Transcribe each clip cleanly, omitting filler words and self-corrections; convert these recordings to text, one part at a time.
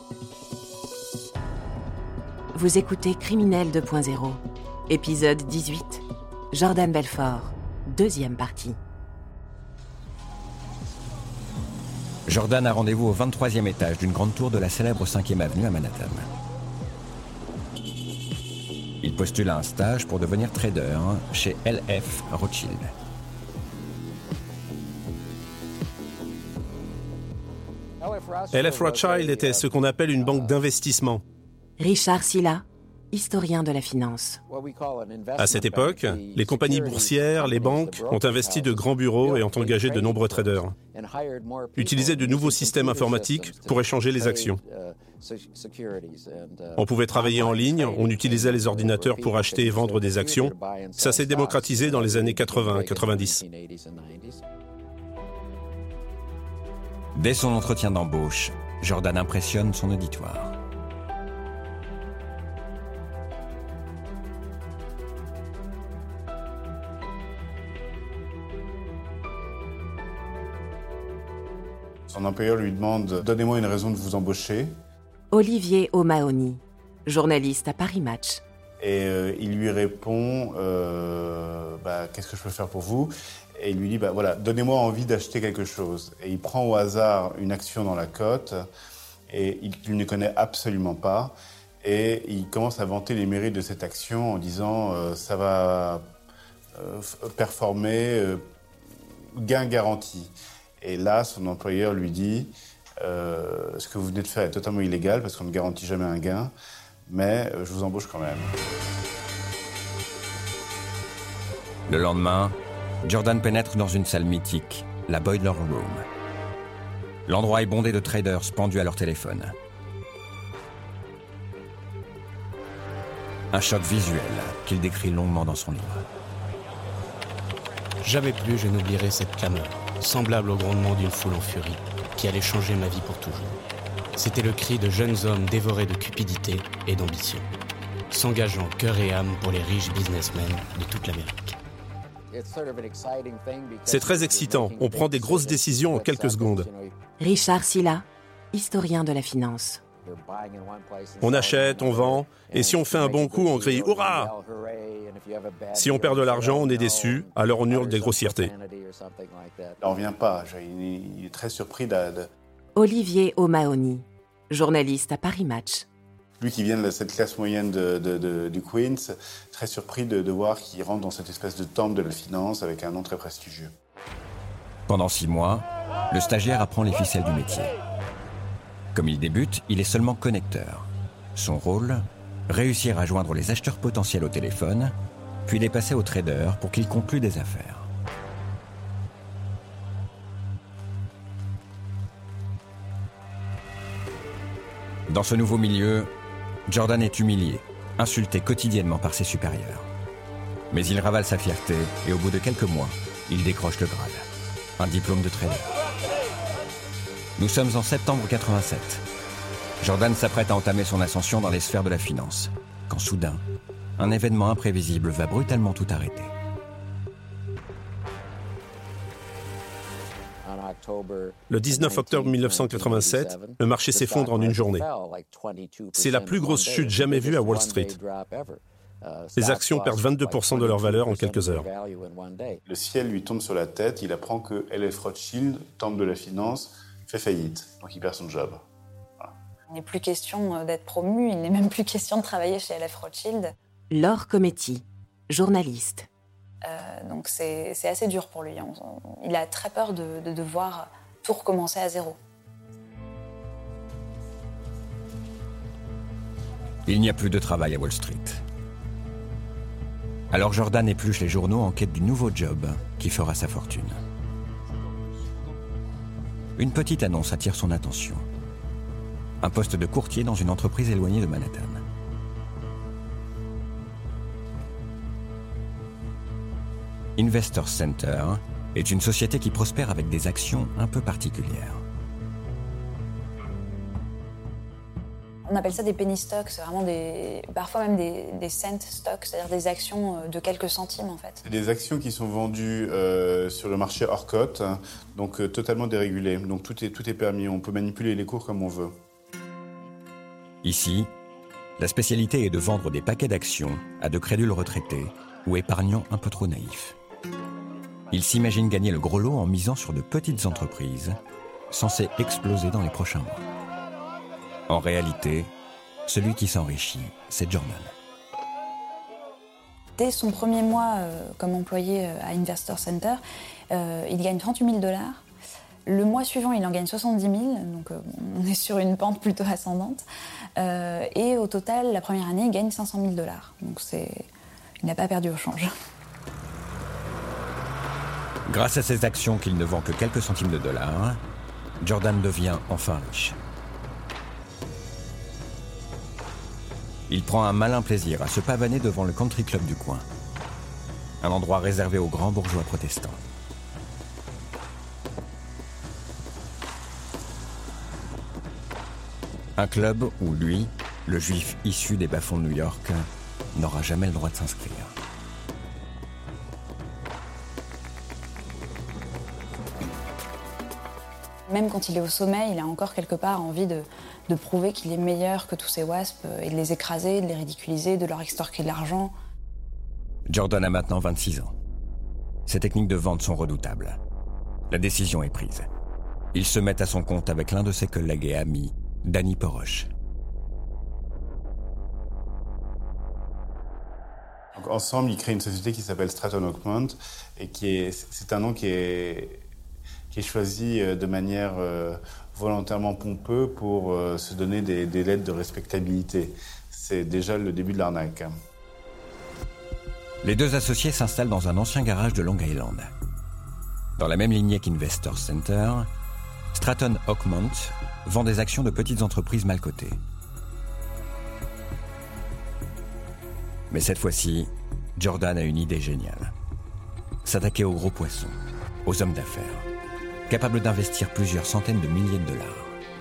Vous écoutez Criminel 2.0, épisode 18, Jordan Belfort, deuxième partie. Jordan a rendez-vous au 23e étage d'une grande tour de la célèbre 5e avenue à Manhattan. Il postule à un stage pour devenir trader chez LF Rothschild. LF Rothschild était ce qu'on appelle une banque d'investissement. Richard Sylla, historien de la finance. À cette époque, les compagnies boursières, les banques ont investi de grands bureaux et ont engagé de nombreux traders. Utilisaient de nouveaux systèmes informatiques pour échanger les actions. On pouvait travailler en ligne, on utilisait les ordinateurs pour acheter et vendre des actions. Ça s'est démocratisé dans les années 80-90. Dès son entretien d'embauche, Jordan impressionne son auditoire. Son employeur lui demande « Donnez-moi une raison de vous embaucher ». Olivier O'Mahony, journaliste à Paris Match. Et il lui répond qu'est-ce que je peux faire pour vous ? Et il lui dit voilà, donnez-moi envie d'acheter quelque chose. Et il prend au hasard une action dans la cote et il ne connaît absolument pas. Et il commence à vanter les mérites de cette action en disant ça va performer, gain garanti. Et là, son employeur lui dit ce que vous venez de faire est totalement illégal parce qu'on ne garantit jamais un gain, mais je vous embauche quand même. Le lendemain, Jordan pénètre dans une salle mythique, la Boiler Room. L'endroit est bondé de traders pendus à leur téléphone. Un choc visuel qu'il décrit longuement dans son livre. Jamais plus je n'oublierai cette clameur, semblable au grondement d'une foule en furie, qui allait changer ma vie pour toujours. C'était le cri de jeunes hommes dévorés de cupidité et d'ambition, s'engageant cœur et âme pour les riches businessmen de toute l'Amérique. C'est très excitant, on prend des grosses décisions en quelques secondes. Richard Sylla, historien de la finance. On achète, on vend, et si on fait un bon coup, on crie « Hurrah !» Si on perd de l'argent, on est déçu, alors on hurle des grossièretés. Il n'en revient pas, il est très surpris Olivier O'Mahony, journaliste à Paris Match. Lui qui vient de cette classe moyenne du Queens, très surpris de voir qu'il rentre dans cette espèce de temple de la finance avec un nom très prestigieux. Pendant 6 mois, le stagiaire apprend les ficelles du métier. Comme il débute, il est seulement connecteur. Son rôle, réussir à joindre les acheteurs potentiels au téléphone, puis les passer aux traders pour qu'ils concluent des affaires. Dans ce nouveau milieu, Jordan est humilié, insulté quotidiennement par ses supérieurs. Mais il ravale sa fierté et au bout de quelques mois, il décroche le Graal, un diplôme de trader. Nous sommes en septembre 87. Jordan s'apprête à entamer son ascension dans les sphères de la finance, quand soudain, un événement imprévisible va brutalement tout arrêter. Le 19 octobre 1987, le marché s'effondre en une journée. C'est la plus grosse chute jamais vue à Wall Street. Les actions perdent 22% de leur valeur en quelques heures. Le ciel lui tombe sur la tête, il apprend que LF Rothschild, temple de la finance, fait faillite, donc il perd son job. Voilà. Il n'est plus question d'être promu, il n'est même plus question de travailler chez LF Rothschild. Laure Cometti, journaliste. Donc c'est assez dur pour lui. Il a très peur de devoir tout recommencer à zéro. Il n'y a plus de travail à Wall Street. Alors Jordan épluche les journaux en quête du nouveau job qui fera sa fortune. Une petite annonce attire son attention. Un poste de courtier dans une entreprise éloignée de Manhattan. Investor Center est une société qui prospère avec des actions un peu particulières. On appelle ça des penny stocks, c'est vraiment parfois même des cent stocks, c'est-à-dire des actions de quelques centimes en fait. C'est des actions qui sont vendues sur le marché hors cote, donc totalement dérégulé. Donc tout est permis, on peut manipuler les cours comme on veut. Ici, la spécialité est de vendre des paquets d'actions à de crédules retraités ou épargnants un peu trop naïfs. Il s'imagine gagner le gros lot en misant sur de petites entreprises censées exploser dans les prochains mois. En réalité, celui qui s'enrichit, c'est Jordan. Dès son premier mois comme employé à Investor Center, il gagne $38 000. Le mois suivant, il en gagne 70 000, donc on est sur une pente plutôt ascendante. Et au total, la première année, il gagne $500 000. Donc il n'a pas perdu au change. Grâce à ses actions qu'il ne vend que quelques centimes de dollars, Jordan devient enfin riche. Il prend un malin plaisir à se pavaner devant le country club du coin, un endroit réservé aux grands bourgeois protestants. Un club où lui, le juif issu des bas-fonds de New York, n'aura jamais le droit de s'inscrire. Même quand il est au sommet, il a encore quelque part envie de prouver qu'il est meilleur que tous ces wasps et de les écraser, de les ridiculiser, de leur extorquer de l'argent. Jordan a maintenant 26 ans. Ses techniques de vente sont redoutables. La décision est prise. Il se met à son compte avec l'un de ses collègues et amis, Danny Poroch. Ensemble, ils créent une société qui s'appelle Stratton Oakmont et c'est un nom qui est choisi de manière volontairement pompeuse pour se donner des lettres de respectabilité. C'est déjà le début de l'arnaque. Les deux associés s'installent dans un ancien garage de Long Island. Dans la même lignée qu'Investor Center, Stratton Oakmont vend des actions de petites entreprises mal cotées. Mais cette fois-ci, Jordan a une idée géniale. S'attaquer aux gros poissons, aux hommes d'affaires, capables d'investir plusieurs centaines de milliers de dollars.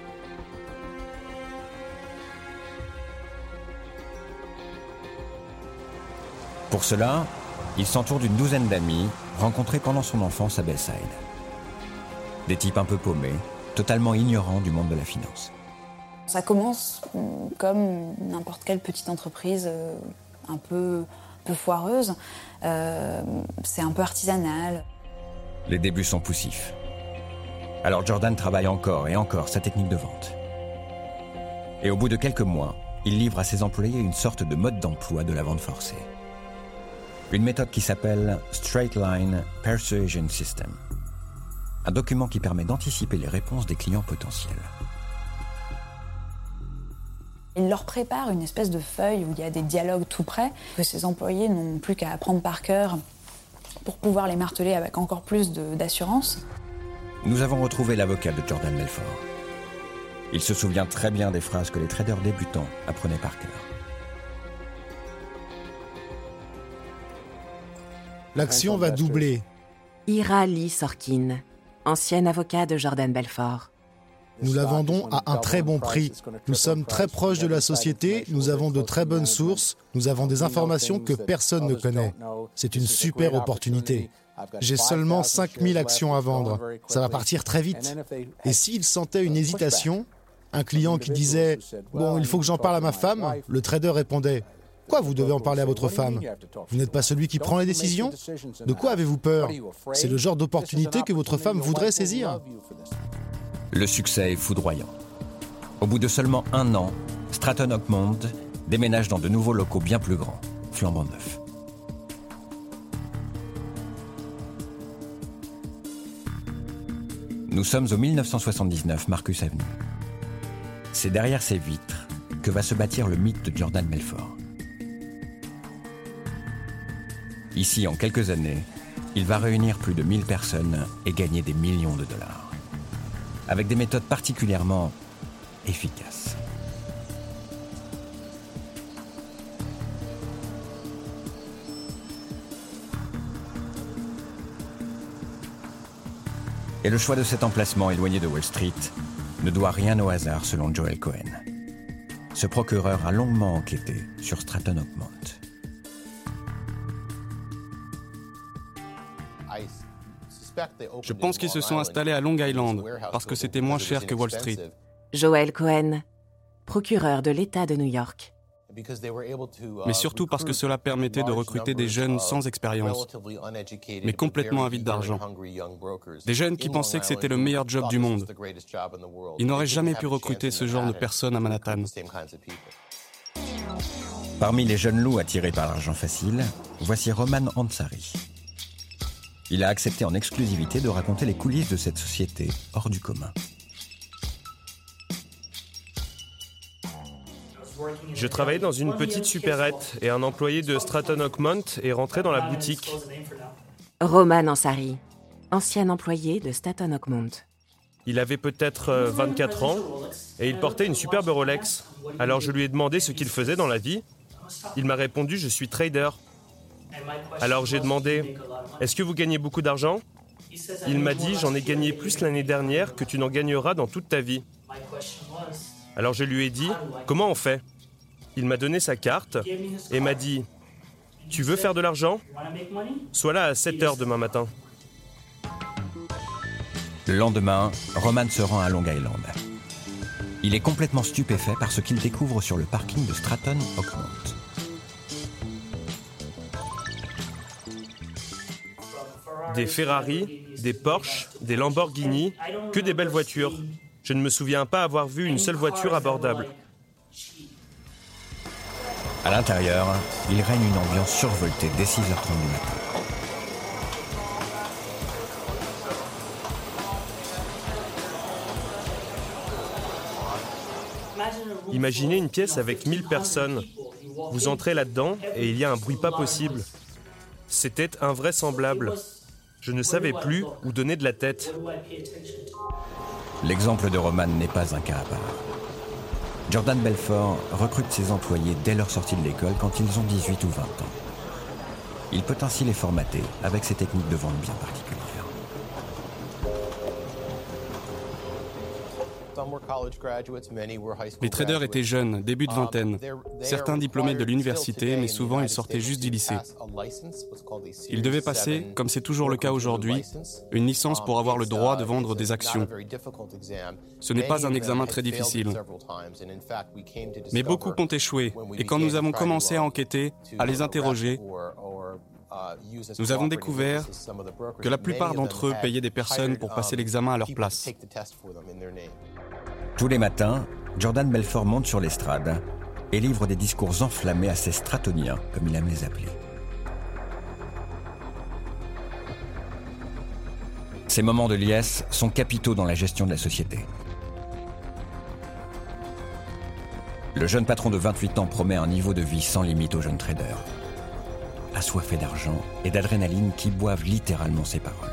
Pour cela, il s'entoure d'une douzaine d'amis rencontrés pendant son enfance à Bayside. Des types un peu paumés, totalement ignorants du monde de la finance. Ça commence comme n'importe quelle petite entreprise un peu foireuse. C'est un peu artisanal. Les débuts sont poussifs. Alors Jordan travaille encore et encore sa technique de vente. Et au bout de quelques mois, il livre à ses employés une sorte de mode d'emploi de la vente forcée. Une méthode qui s'appelle Straight Line Persuasion System. Un document qui permet d'anticiper les réponses des clients potentiels. Il leur prépare une espèce de feuille où il y a des dialogues tout prêts, que ses employés n'ont plus qu'à apprendre par cœur pour pouvoir les marteler avec encore plus d'assurance. Nous avons retrouvé l'avocat de Jordan Belfort. Il se souvient très bien des phrases que les traders débutants apprenaient par cœur. L'action va doubler. Ira Lee Sorkin, ancienne avocat de Jordan Belfort. Nous la vendons à un très bon prix. Nous sommes très proches de la société, nous avons de très bonnes sources, nous avons des informations que personne ne connaît. C'est une super opportunité. J'ai seulement 5000 actions à vendre. Ça va partir très vite. Et s'il sentait une hésitation, un client qui disait « Bon, il faut que j'en parle à ma femme », le trader répondait « Quoi, vous devez en parler à votre femme? Vous n'êtes pas celui qui prend les décisions? De quoi avez-vous peur? C'est le genre d'opportunité que votre femme voudrait saisir. » Le succès est foudroyant. Au bout de seulement 1 an, Stratton Oakmont déménage dans de nouveaux locaux bien plus grands, flambant neufs. Nous sommes au 1979 Marcus Avenue. C'est derrière ces vitres que va se bâtir le mythe de Jordan Belfort. Ici, en quelques années, il va réunir plus de 1000 personnes et gagner des millions de dollars. Avec des méthodes particulièrement efficaces. Et le choix de cet emplacement éloigné de Wall Street ne doit rien au hasard selon Joel Cohen. Ce procureur a longuement enquêté sur Stratton Oakmont. Je pense qu'ils se sont installés à Long Island parce que c'était moins cher que Wall Street. Joel Cohen, procureur de l'État de New York. Mais surtout parce que cela permettait de recruter des jeunes sans expérience, mais complètement avides d'argent. Des jeunes qui pensaient que c'était le meilleur job du monde. Ils n'auraient jamais pu recruter ce genre de personnes à Manhattan. Parmi les jeunes loups attirés par l'argent facile, voici Roman Ansari. Il a accepté en exclusivité de raconter les coulisses de cette société hors du commun. Je travaillais dans une petite supérette et un employé de Stratton Oakmont est rentré dans la boutique. Roman Ansari, ancien employé de Stratton Oakmont. Il avait peut-être 24 ans et il portait une superbe Rolex. Alors je lui ai demandé ce qu'il faisait dans la vie. Il m'a répondu « Je suis trader ». Alors j'ai demandé « Est-ce que vous gagnez beaucoup d'argent ?» Il m'a dit « J'en ai gagné plus l'année dernière que tu n'en gagneras dans toute ta vie ». Alors je lui ai dit « Comment on fait ?» Il m'a donné sa carte et m'a dit « Tu veux faire de l'argent ? Sois là à 7h demain matin. » Le lendemain, Roman se rend à Long Island. Il est complètement stupéfait par ce qu'il découvre sur le parking de Stratton Oakmont. Des Ferrari, des Porsche, des Lamborghini, que des belles voitures. Je ne me souviens pas avoir vu une seule voiture abordable. À l'intérieur, il règne une ambiance survoltée dès 6h30 du matin. Imaginez une pièce avec 1000 personnes. Vous entrez là-dedans et il y a un bruit pas possible. C'était invraisemblable. Je ne savais plus où donner de la tête. L'exemple de Roman n'est pas un cas à part. Jordan Belfort recrute ses employés dès leur sortie de l'école quand ils ont 18 ou 20 ans. Il peut ainsi les formater avec ses techniques de vente bien particulières. Les traders étaient jeunes, début de vingtaine. Certains diplômés de l'université, mais souvent ils sortaient juste du lycée. Ils devaient passer, comme c'est toujours le cas aujourd'hui, une licence pour avoir le droit de vendre des actions. Ce n'est pas un examen très difficile. Mais beaucoup ont échoué, et quand nous avons commencé à enquêter, à les interroger, nous avons découvert que la plupart d'entre eux payaient des personnes pour passer l'examen à leur place. Tous les matins, Jordan Belfort monte sur l'estrade et livre des discours enflammés à ses stratoniens, comme il aime les appeler. Ces moments de liesse sont capitaux dans la gestion de la société. Le jeune patron de 28 ans promet un niveau de vie sans limite aux jeunes traders, assoiffés d'argent et d'adrénaline qui boivent littéralement ses paroles.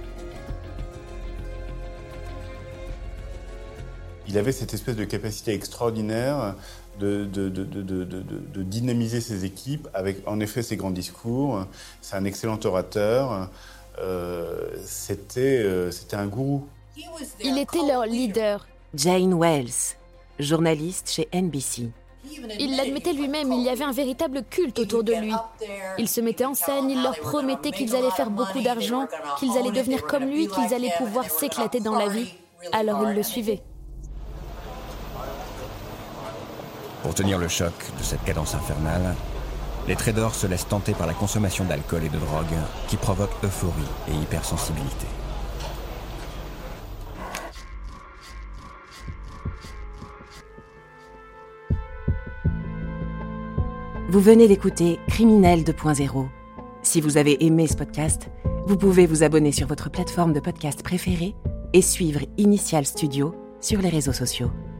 Il avait cette espèce de capacité extraordinaire de dynamiser ses équipes avec, en effet, ses grands discours. C'est un excellent orateur. C'était un gourou. Il était leur leader. Jane Wells, journaliste chez NBC. Il l'admettait lui-même, il y avait un véritable culte autour de lui. Il se mettait en scène, il leur promettait qu'ils allaient faire beaucoup d'argent, qu'ils allaient devenir comme lui, qu'ils allaient pouvoir s'éclater dans la vie. Alors ils le suivaient. Pour tenir le choc de cette cadence infernale, les traders se laissent tenter par la consommation d'alcool et de drogue qui provoque euphorie et hypersensibilité. Vous venez d'écouter Criminel 2.0. Si vous avez aimé ce podcast, vous pouvez vous abonner sur votre plateforme de podcast préférée et suivre Initial Studio sur les réseaux sociaux.